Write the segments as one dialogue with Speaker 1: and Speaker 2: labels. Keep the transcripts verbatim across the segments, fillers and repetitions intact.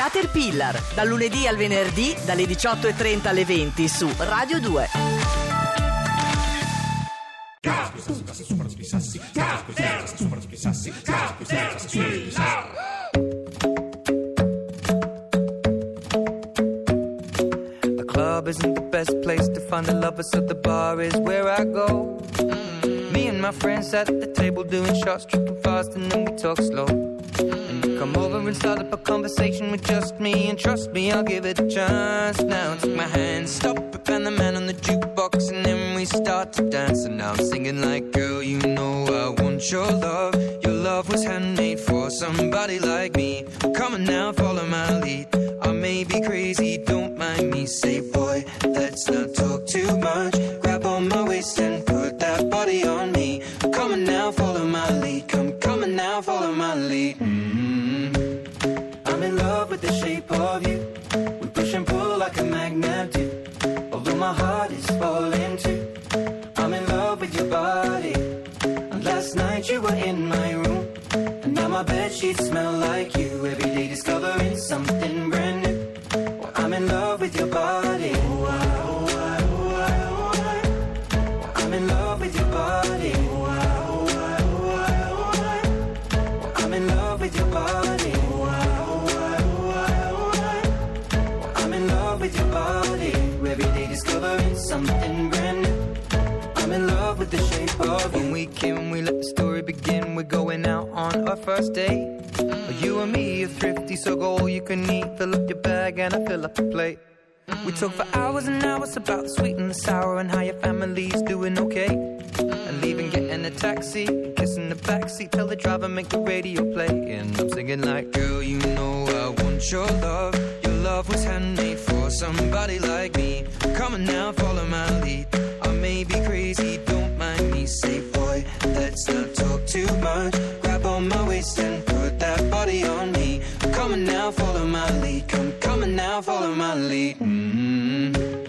Speaker 1: Caterpillar, dal lunedì al venerdì dalle diciotto e trenta alle venti su Radio due.
Speaker 2: The club isn't the best place to find the lovers, so the bar is where I go. Mm-hmm. Me and my friends sat at the table doing shots, tripping fast, and then we talk slow. And you come over and start up a conversation with just me, and trust me, I'll give it a chance. Now take my hand, stop it, and the man on the jukebox, and then we start to dance. And now I'm singing like, girl, you know I want your love. Your love was handmade for somebody like me. Come on now, follow my lead. I may be crazy, don't mind me. Say, boy, let's not talk too much. Grab on my waist and put that body on me. Come on now, follow my lead. Come, come on now, follow my lead. Mm-hmm. I'm in love with the shape of you. We push and pull like a magnet do. Although my heart is falling too. I'm in love with your body. And last night you were in my room. And now my bedsheets smell like you. Every day discovering something brand new. Well, I'm in love with your body. Oh, I, oh, I, oh, I, oh, I. Well, I'm in love with your body. Oh, I, oh, I, oh, I, oh, I. Well, I'm in love with your body. Oh, I, oh, I, oh, I, oh, I. Well, I'm in love with your body. Every day discovering something brand new. I'm in love with the shape of you. When we came, we let the story begin. We're going out on our first date. You and me are thrifty, so go all you can eat. Fill up your bag and I fill up the plate. We talk for hours and hours about the sweet and the sour and how your family's doing okay. And leaving, getting a taxi, kissing the backseat, tell the driver make the radio play. And I'm singing like, girl, you know I want your love. Your love was handmade for somebody like me. Come on now, follow my lead. I may be crazy, don't mind me. Say, boy, let's not talk too much. Grab on my waist and put that body on me. Come on now, follow my lead. Come, come on now, follow my lead. Mm-hmm.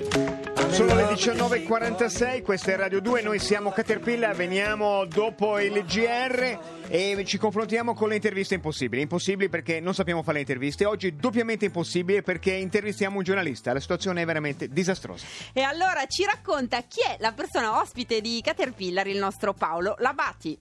Speaker 3: Sono le diciannove e quarantasei, questa è Radio due, noi siamo Caterpillar, veniamo dopo il G R e ci confrontiamo con le interviste impossibili. Impossibili perché non sappiamo fare le interviste, oggi doppiamente impossibile perché intervistiamo un giornalista, la situazione è veramente disastrosa.
Speaker 4: E allora ci racconta chi è la persona ospite di Caterpillar, il nostro Paolo Labati.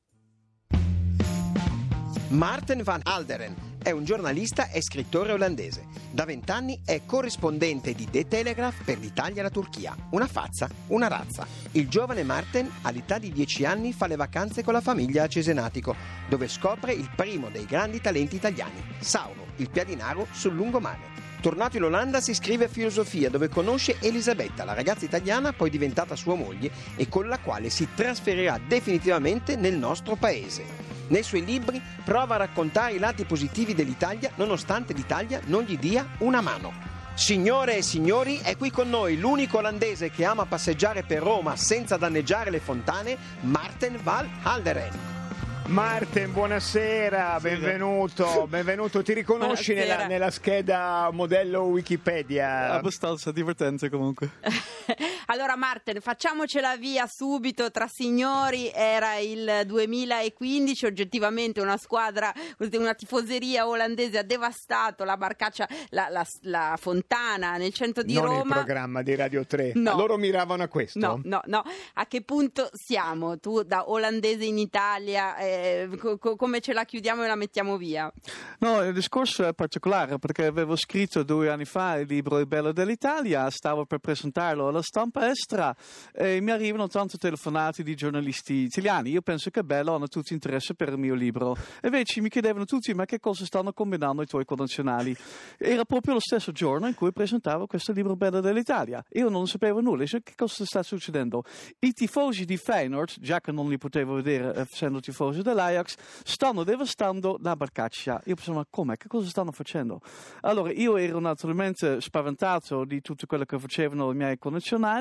Speaker 5: Maarten van Alderen è un giornalista e scrittore olandese. Da vent'anni è corrispondente di The Telegraph per l'Italia e la Turchia. Una fazza, una razza. Il giovane Maarten, all'età di dieci anni, fa le vacanze con la famiglia a Cesenatico, dove scopre il primo dei grandi talenti italiani, Sauro, il piadinaro sul lungomare. Tornato in Olanda si iscrive a filosofia, dove conosce Elisabetta, la ragazza italiana poi diventata sua moglie e con la quale si trasferirà definitivamente nel nostro paese. Nei suoi libri prova a raccontare i lati positivi dell'Italia nonostante l'Italia non gli dia una mano. Signore e signori, è qui con noi l'unico olandese che ama passeggiare per Roma senza danneggiare le fontane, Maarten van Alderen.
Speaker 3: Maarten, buonasera, benvenuto, benvenuto. Ti riconosci nella, nella scheda modello Wikipedia?
Speaker 6: Abbastanza divertente comunque.
Speaker 4: Allora Maarten, facciamocela via subito tra signori. Era il duemilaquindici, oggettivamente una squadra, una tifoseria olandese ha devastato la barcaccia, la, la, la fontana nel centro di
Speaker 3: non
Speaker 4: Roma.
Speaker 3: Non il programma di Radio tre,
Speaker 4: no.
Speaker 3: Loro miravano a questo?
Speaker 4: No, no, no. A che punto siamo? Tu da olandese in Italia, eh, co- come ce la chiudiamo e la mettiamo via?
Speaker 6: No, il discorso è particolare perché avevo scritto due anni fa il libro Il bello dell'Italia, stavo per presentarlo alla stampa estera e mi arrivano tante telefonate di giornalisti italiani. Io penso che è bello, hanno tutti interesse per il mio libro. E invece mi chiedevano tutti ma che cosa stanno combinando i tuoi connazionali. Era proprio lo stesso giorno in cui presentavo questo libro bello dell'Italia. Io non sapevo nulla, cioè, che cosa sta succedendo? I tifosi di Feyenoord, già che non li potevo vedere essendo tifosi dell'Ajax, stanno devastando la barcaccia. Io pensavo, ma come? Che cosa stanno facendo? Allora io ero naturalmente spaventato di tutto quello che facevano i miei connazionali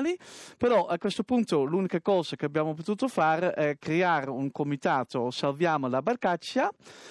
Speaker 6: locali, però a questo punto l'unica cosa che abbiamo potuto fare è creare un comitato Salviamo la Barcaccia,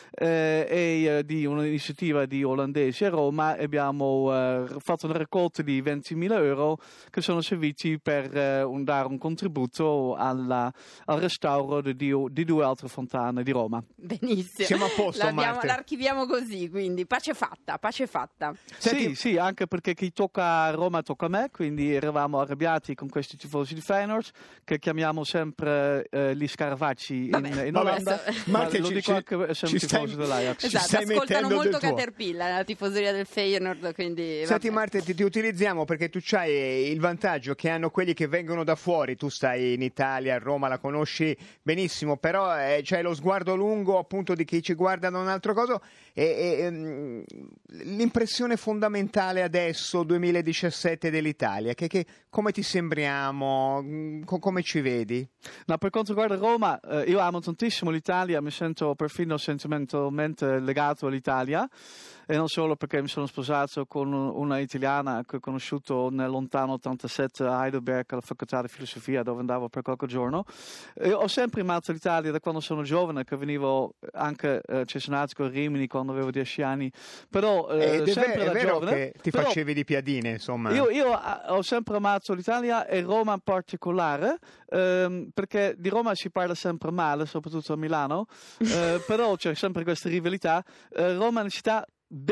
Speaker 6: eh, e eh, di un'iniziativa di olandesi a Roma abbiamo eh, fatto una raccolta di ventimila euro che sono serviti per eh, un, dare un contributo alla, al restauro di, di due altre fontane di Roma.
Speaker 4: Benissimo.
Speaker 3: Siamo a posto,
Speaker 4: L'abbiamo,
Speaker 3: Marte.
Speaker 4: l'archiviamo così, quindi pace fatta, pace fatta.
Speaker 3: Senti-
Speaker 6: Sì, sì, anche perché chi tocca a Roma tocca a me, quindi eravamo arrabbiati con questi tifosi di Feyenoord che chiamiamo sempre eh, gli Scaravacci in,
Speaker 4: Vabbè,
Speaker 6: in
Speaker 3: vabbè,
Speaker 6: Olanda,
Speaker 3: adesso-
Speaker 6: ma
Speaker 3: Marte,
Speaker 6: lo
Speaker 3: ci-
Speaker 6: dico
Speaker 3: ci-
Speaker 6: anche
Speaker 3: ci
Speaker 6: siamo
Speaker 3: stai-
Speaker 6: tifosi dell'Ajax.
Speaker 3: Ci
Speaker 4: Esatto,
Speaker 3: stai
Speaker 4: ascoltano
Speaker 3: mettendo
Speaker 4: molto
Speaker 3: del tuo.
Speaker 4: Caterpillar, la tifoseria del Feyenoord, quindi
Speaker 3: Senti
Speaker 4: vabbè.
Speaker 3: Marte, ti, ti utilizziamo perché tu c'hai il vantaggio che hanno quelli che vengono da fuori, tu stai in Italia, a Roma, la conosci benissimo, però eh, c'hai lo sguardo lungo appunto di chi ci guarda da un altro coso e, e, ehm, l'impressione fondamentale adesso, duemiladiciassette dell'Italia, che, che come ti sembriamo, Mm, co- come ci vedi?
Speaker 6: No, per quanto riguarda Roma, eh, io amo tantissimo l'Italia, mi sento perfino sentimentalmente legato all'Italia, e non solo perché mi sono sposato con una italiana che ho conosciuto nel lontano ottantasette a Heidelberg alla facoltà di filosofia dove andavo per qualche giorno. E ho sempre amato l'Italia da quando sono giovane, che venivo anche a Cesenatico a Rimini quando avevo dieci anni, però eh,
Speaker 3: Ed è,
Speaker 6: sempre
Speaker 3: ver- è
Speaker 6: da
Speaker 3: vero
Speaker 6: giovane.
Speaker 3: che ti
Speaker 6: però-
Speaker 3: facevi di piadine, insomma.
Speaker 6: io, io ah, ho sempre amato l'Italia e Roma in particolare, ehm, perché di Roma si parla sempre male, soprattutto a Milano, eh, però c'è sempre questa rivalità. Eh, Roma è una città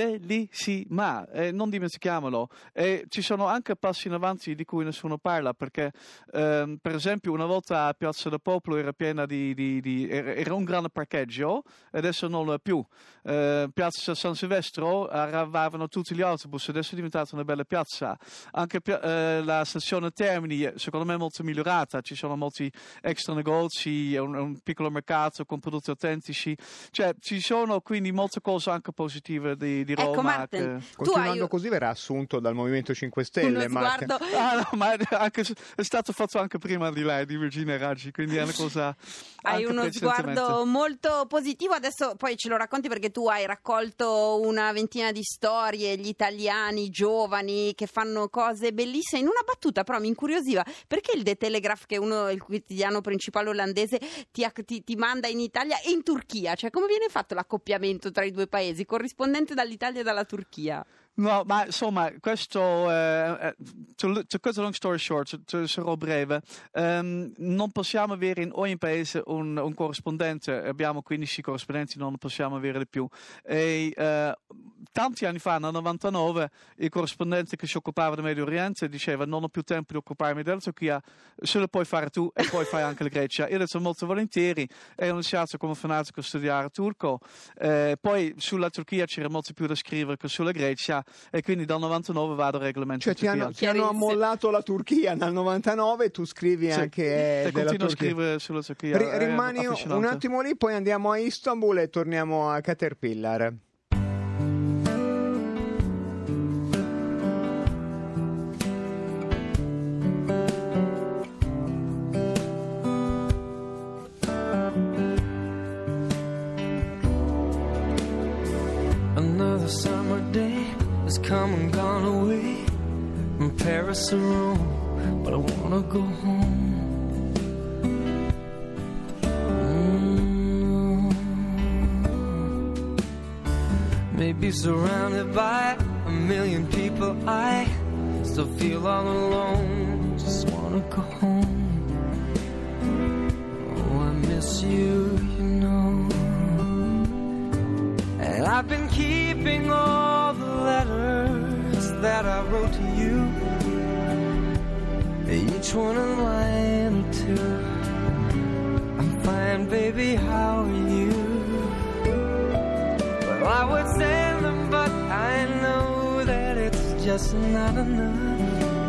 Speaker 6: bellissima, e non dimentichiamolo, e ci sono anche passi in avanti di cui nessuno parla, perché ehm, per esempio una volta Piazza del Popolo era piena di, di, di era, era un grande parcheggio, e adesso non lo è più. Eh, Piazza San Silvestro arrivavano tutti gli autobus, adesso è diventata una bella piazza. Anche pi- eh, la stazione Termini secondo me è molto migliorata, ci sono molti extra negozi, un, un piccolo mercato con prodotti autentici, cioè ci sono quindi molte cose anche positive di Di, di Roma.
Speaker 4: Ecco Martin,
Speaker 6: che...
Speaker 4: tu
Speaker 3: Continuando
Speaker 4: hai
Speaker 3: così verrà assunto dal Movimento cinque
Speaker 4: uno
Speaker 3: Stelle, Marte.
Speaker 4: sguardo
Speaker 6: Ah, no, ma è, anche, è stato fatto anche prima di lei, di Virginia Raggi, quindi è una cosa.
Speaker 4: Hai
Speaker 6: anche
Speaker 4: uno
Speaker 6: precedentemente.
Speaker 4: sguardo molto positivo, adesso poi ce lo racconti perché tu hai raccolto una ventina di storie, gli italiani, i giovani che fanno cose bellissime. In una battuta però mi incuriosiva, perché il The Telegraph, che è uno, il quotidiano principale olandese, ti, ti, ti manda in Italia e in Turchia? Cioè come viene fatto l'accoppiamento tra i due paesi, corrispondente dall'Italia e dalla Turchia?
Speaker 6: No, ma insomma, questo, eh, to, to cut a long story short, to, to, sarò breve, um, non possiamo avere in ogni paese un, un corrispondente, abbiamo quindici corrispondenti, non possiamo avere di più. E eh, tanti anni fa, nel novantanove, il corrispondente che si occupava del Medio Oriente diceva: non ho più tempo di occuparmi della Turchia, se lo puoi fare tu e poi fai anche la Grecia. Io ho detto molto volentieri, e ho iniziato come fanatico a studiare turco, eh, poi sulla Turchia c'era molto più da scrivere che sulla Grecia, e quindi dal novantanove vado a regolamento.
Speaker 3: Cioè ti hanno, ti hanno
Speaker 4: Chiarissimo.
Speaker 3: ammollato la Turchia nel novantanove e tu scrivi
Speaker 6: Sì.
Speaker 3: anche
Speaker 6: E
Speaker 3: eh, della
Speaker 6: continuo a
Speaker 3: Turchia.
Speaker 6: scrivere sulla Turchia.
Speaker 3: Ri-
Speaker 6: è
Speaker 3: rimani un
Speaker 6: affascinante.
Speaker 3: attimo lì, poi andiamo a Istanbul e torniamo a Caterpillar.
Speaker 2: Another summer day has come and gone away from Paris or Rome, but I wanna go home. Mm. Maybe surrounded by a million people, I still feel all alone. Just wanna go home. Oh, I miss you, you know. And I've been keeping all the letters that I wrote to you, each one a line or two. I'm fine, baby, how are you? Well, I would send them, but I know that it's just not enough.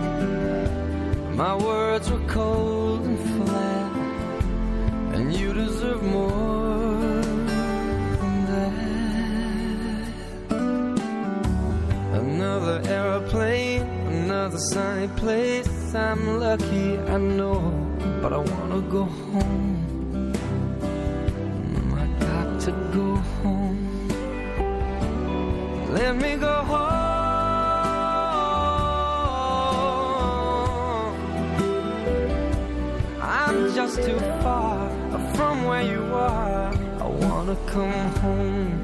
Speaker 2: My words were cold and flat, and you deserve more than that. Another airplane, another sunny place. I'm lucky, I know, but I wanna go home. I got to go home. Let me go home. too far from where you are. I wanna come home.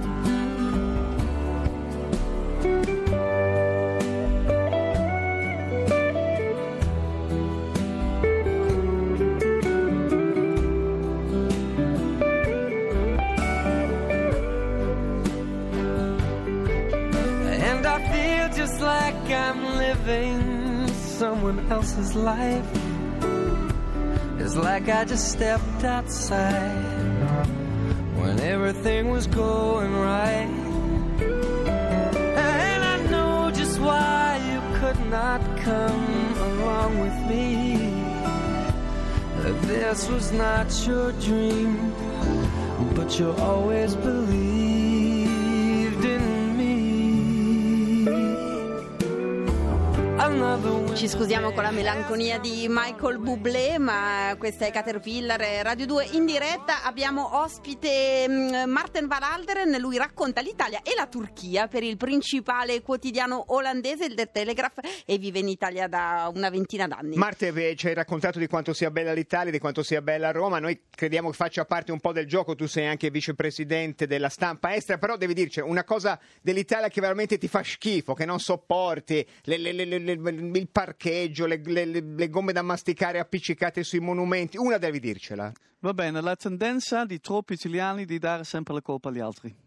Speaker 2: And I feel just like I'm living someone else's life. It's like I just stepped outside when everything was going right. And I know just why you could not come along with me. This was not your dream, but you always believed in me. Another one.
Speaker 4: Ci scusiamo con la melanconia di Michael Bublé, ma questa è Caterpillar Radio due in diretta. Abbiamo ospite Marten van Alderen, lui racconta l'Italia e la Turchia per il principale quotidiano olandese, il The Telegraph, e vive in Italia da una ventina d'anni.
Speaker 3: Marte, ci hai raccontato di quanto sia bella l'Italia, di quanto sia bella Roma. Noi crediamo che faccia parte un po' del gioco, tu sei anche vicepresidente della stampa estera, però devi dirci una cosa dell'Italia che veramente ti fa schifo, che non sopporti, le, le, le, le, il parcheggio, le, le, le gomme da masticare appiccicate sui monumenti, una devi dircela.
Speaker 6: Va bene, la tendenza di troppi italiani di dare sempre la colpa agli altri.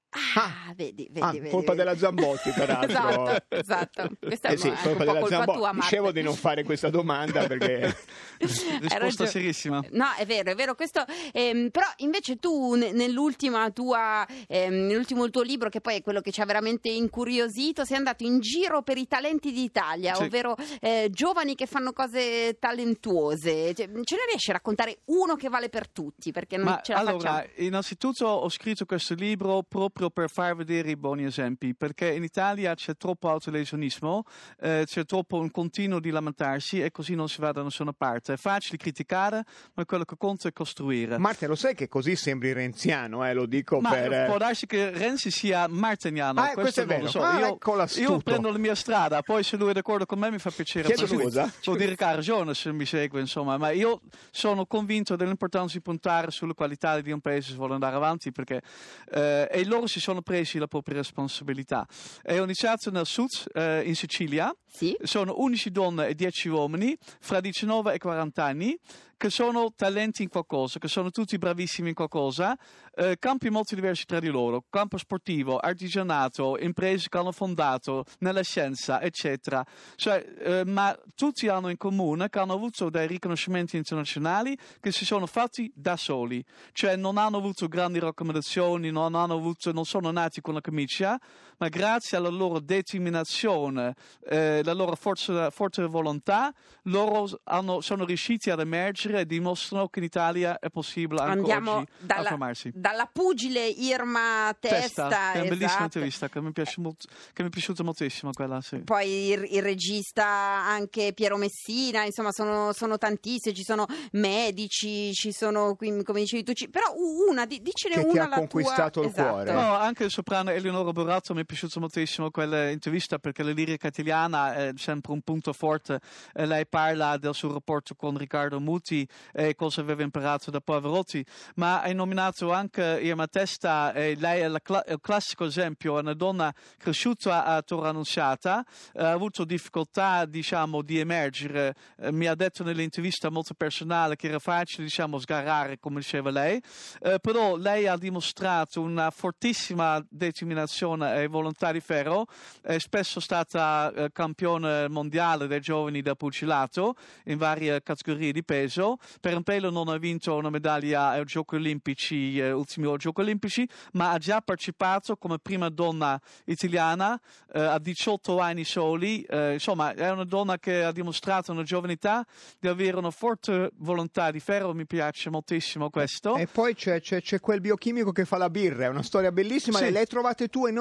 Speaker 4: Ah, vedi, vedi,
Speaker 3: ah,
Speaker 4: vedi.
Speaker 3: colpa
Speaker 4: vedi.
Speaker 3: della Zambotti, peraltro.
Speaker 4: Esatto, esatto. Questa
Speaker 3: Eh
Speaker 4: è
Speaker 3: sì,
Speaker 4: anche
Speaker 3: colpa
Speaker 4: un po'
Speaker 3: della
Speaker 4: colpa
Speaker 3: Zambotti.
Speaker 4: tua, Marta.
Speaker 3: Dicevo di non fare questa domanda perché
Speaker 6: Risposta
Speaker 4: ragione.
Speaker 6: serissima.
Speaker 4: No, è vero, è vero. Questo, ehm, però invece tu ne- nell'ultima tua, ehm, nell'ultimo tuo libro, che poi è quello che ci ha veramente incuriosito, sei andato in giro per i talenti d'Italia,
Speaker 6: Sì.
Speaker 4: ovvero eh, giovani che fanno cose talentuose. Cioè, ce ne riesci a raccontare uno che vale per tutti? Perché non
Speaker 6: Ma
Speaker 4: ce la
Speaker 6: allora,
Speaker 4: facciamo.
Speaker 6: innanzitutto ho scritto questo libro proprio per far vedere i buoni esempi, perché in Italia c'è troppo autolesionismo, eh, c'è troppo un continuo di lamentarsi e così non si va da nessuna parte. È facile criticare, ma quello che conta è costruire.
Speaker 3: Marte, lo sai che così sembri renziano, eh, lo dico
Speaker 6: Ma
Speaker 3: per...
Speaker 6: può darsi che Renzi sia marteniano,
Speaker 3: Ah, questo è
Speaker 6: non lo
Speaker 3: vero.
Speaker 6: so.
Speaker 3: Ah,
Speaker 6: io,
Speaker 3: ecco l'astuto.
Speaker 6: io prendo la mia strada, poi se lui è d'accordo con me mi fa piacere.
Speaker 3: Chiedo
Speaker 6: per lui.
Speaker 3: scusa.
Speaker 6: Vuol dire che ha ragione se mi segue, insomma, ma io sono convinto dell'importanza di puntare sulle qualità di un paese se vuole andare avanti, perché eh, e loro si sono presi la propria responsabilità. E ho iniziato nel sud, eh, in Sicilia.
Speaker 4: Sì?
Speaker 6: Sono undici donne e dieci uomini fra diciannove e quaranta anni che sono talenti in qualcosa, che sono tutti bravissimi in qualcosa, eh, campi molto diversi tra di loro, campo sportivo, artigianato, imprese che hanno fondato, nella scienza, eccetera. Cioè, eh, ma tutti hanno in comune che hanno avuto dei riconoscimenti internazionali che si sono fatti da soli, cioè non hanno avuto grandi raccomandazioni, non, hanno avuto, non sono nati con la camicia, ma grazie alla loro determinazione, eh, la loro forza, forte volontà, loro hanno, sono riusciti ad emergere e dimostrano che in Italia è possibile anche
Speaker 4: Andiamo
Speaker 6: oggi
Speaker 4: dalla,
Speaker 6: affermarsi.
Speaker 4: dalla pugile Irma Testa,
Speaker 6: Testa, che è una bellissima
Speaker 4: esatto.
Speaker 6: intervista, che mi piace molto, che mi è piaciuta moltissimo quella, sì.
Speaker 4: Poi il, il regista anche Piero Messina, insomma sono, sono tantissimi, ci sono medici, ci sono, qui, come dicevi tu, ci, però una, di- dicene
Speaker 3: Che ti
Speaker 4: una
Speaker 3: ha
Speaker 4: la
Speaker 3: conquistato
Speaker 4: tua,
Speaker 3: il cuore.
Speaker 4: esatto.
Speaker 6: No, anche il soprano Eleonora Borato mi è piaciuta moltissimo quella intervista, perché la lirica italiana è sempre un punto forte. Eh, lei parla del suo rapporto con Riccardo Muti e cosa aveva imparato da Pavarotti, ma hai nominato anche Irma Testa, e lei è la cla- il classico esempio, è una donna cresciuta a Torre Annunziata, eh, ha avuto difficoltà, diciamo, di emergere, eh, mi ha detto nell'intervista molto personale che era facile, diciamo, sgarrare, come diceva lei, eh, però lei ha dimostrato una fortissima determinazione e volontà di ferro, è spesso stata eh, campione mondiale dei giovani del pugilato in varie categorie di peso, per un pelo non ha vinto una medaglia ai Giochi Olimpici, eh, ultimi Giochi Olimpici, ma ha già partecipato come prima donna italiana eh, a diciotto anni soli, eh, insomma è una donna che ha dimostrato nella giovane età di avere una forte volontà di ferro, mi piace moltissimo questo.
Speaker 3: E poi c'è, c'è, c'è quel biochimico che fa la birra, è una storia bellissima,
Speaker 6: Sì.
Speaker 3: le, le trovate tu e noi non le sapevamo.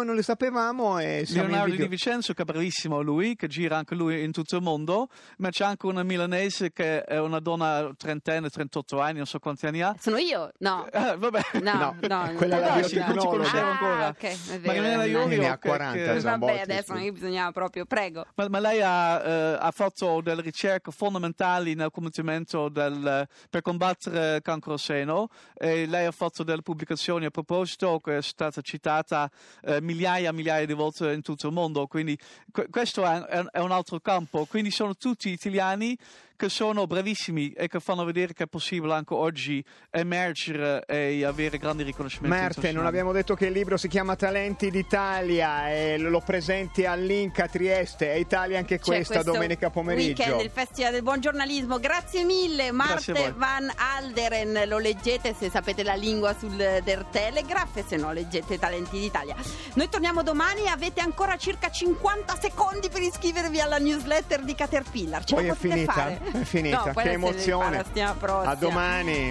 Speaker 3: sapevamo e siamo
Speaker 6: Leonardo
Speaker 3: invidio-
Speaker 6: Di Vincenzo, che è bravissimo lui, che gira anche lui in tutto il mondo, ma c'è anche una milanese che è una donna trentenne, trentotto anni, non so quanti anni ha.
Speaker 4: Sono io? No.
Speaker 6: Eh, vabbè.
Speaker 4: No,
Speaker 3: No,
Speaker 4: no,
Speaker 3: quella
Speaker 4: no,
Speaker 3: la
Speaker 4: no,
Speaker 3: biotecnologa.
Speaker 6: non ci conoscevo
Speaker 4: Ah,
Speaker 6: ancora.
Speaker 4: ok, è vero.
Speaker 6: Marilena Iorio,
Speaker 3: Ne ha
Speaker 6: che-
Speaker 3: quaranta,
Speaker 6: che-
Speaker 3: Zambotti,
Speaker 4: Vabbè, adesso
Speaker 3: sì.
Speaker 4: non è che bisognava proprio, prego.
Speaker 6: Ma, ma lei ha, eh, ha fatto delle ricerche fondamentali nel combattimento del, per combattere il cancro al seno, e lei ha fatto delle pubblicazioni a proposito che è stata citata eh, migliaia e migliaia di volte in tutto il mondo, quindi que- questo è, è- è un altro campo, quindi sono tutti italiani che sono bravissimi e che fanno vedere che è possibile anche oggi emergere e avere grandi riconoscimenti.
Speaker 3: Marte, non
Speaker 6: internazionali.
Speaker 3: abbiamo detto che il libro si chiama Talenti d'Italia e lo presenti all'Inc a Trieste, è Italia anche
Speaker 4: C'è
Speaker 3: questa
Speaker 4: questo
Speaker 3: domenica pomeriggio.
Speaker 4: Weekend, il Festival del Buon Giornalismo. Grazie mille,
Speaker 6: Grazie a
Speaker 4: Marte
Speaker 6: voi.
Speaker 4: Van Alderen. Lo leggete se sapete la lingua sul Der Telegraph, e se no leggete Talenti d'Italia. Noi torniamo domani, avete ancora circa cinquanta secondi per iscrivervi alla newsletter di Caterpillar. Ce
Speaker 3: Poi
Speaker 4: la
Speaker 3: è
Speaker 4: potete
Speaker 3: finita,
Speaker 4: fare?
Speaker 3: è finita,
Speaker 4: No, poi
Speaker 3: che
Speaker 4: la se ne
Speaker 3: emozione.
Speaker 4: fa la settimana prossima.
Speaker 3: A domani.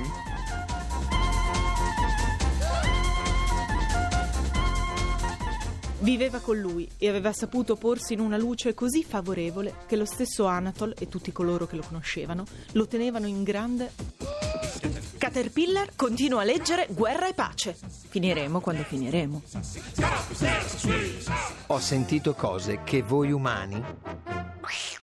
Speaker 7: Viveva con lui e aveva saputo porsi in una luce così favorevole che lo stesso Anatol e tutti coloro che lo conoscevano lo tenevano in grande... Caterpillar continua a leggere Guerra e Pace. Finiremo quando finiremo.
Speaker 5: Ho sentito cose che voi umani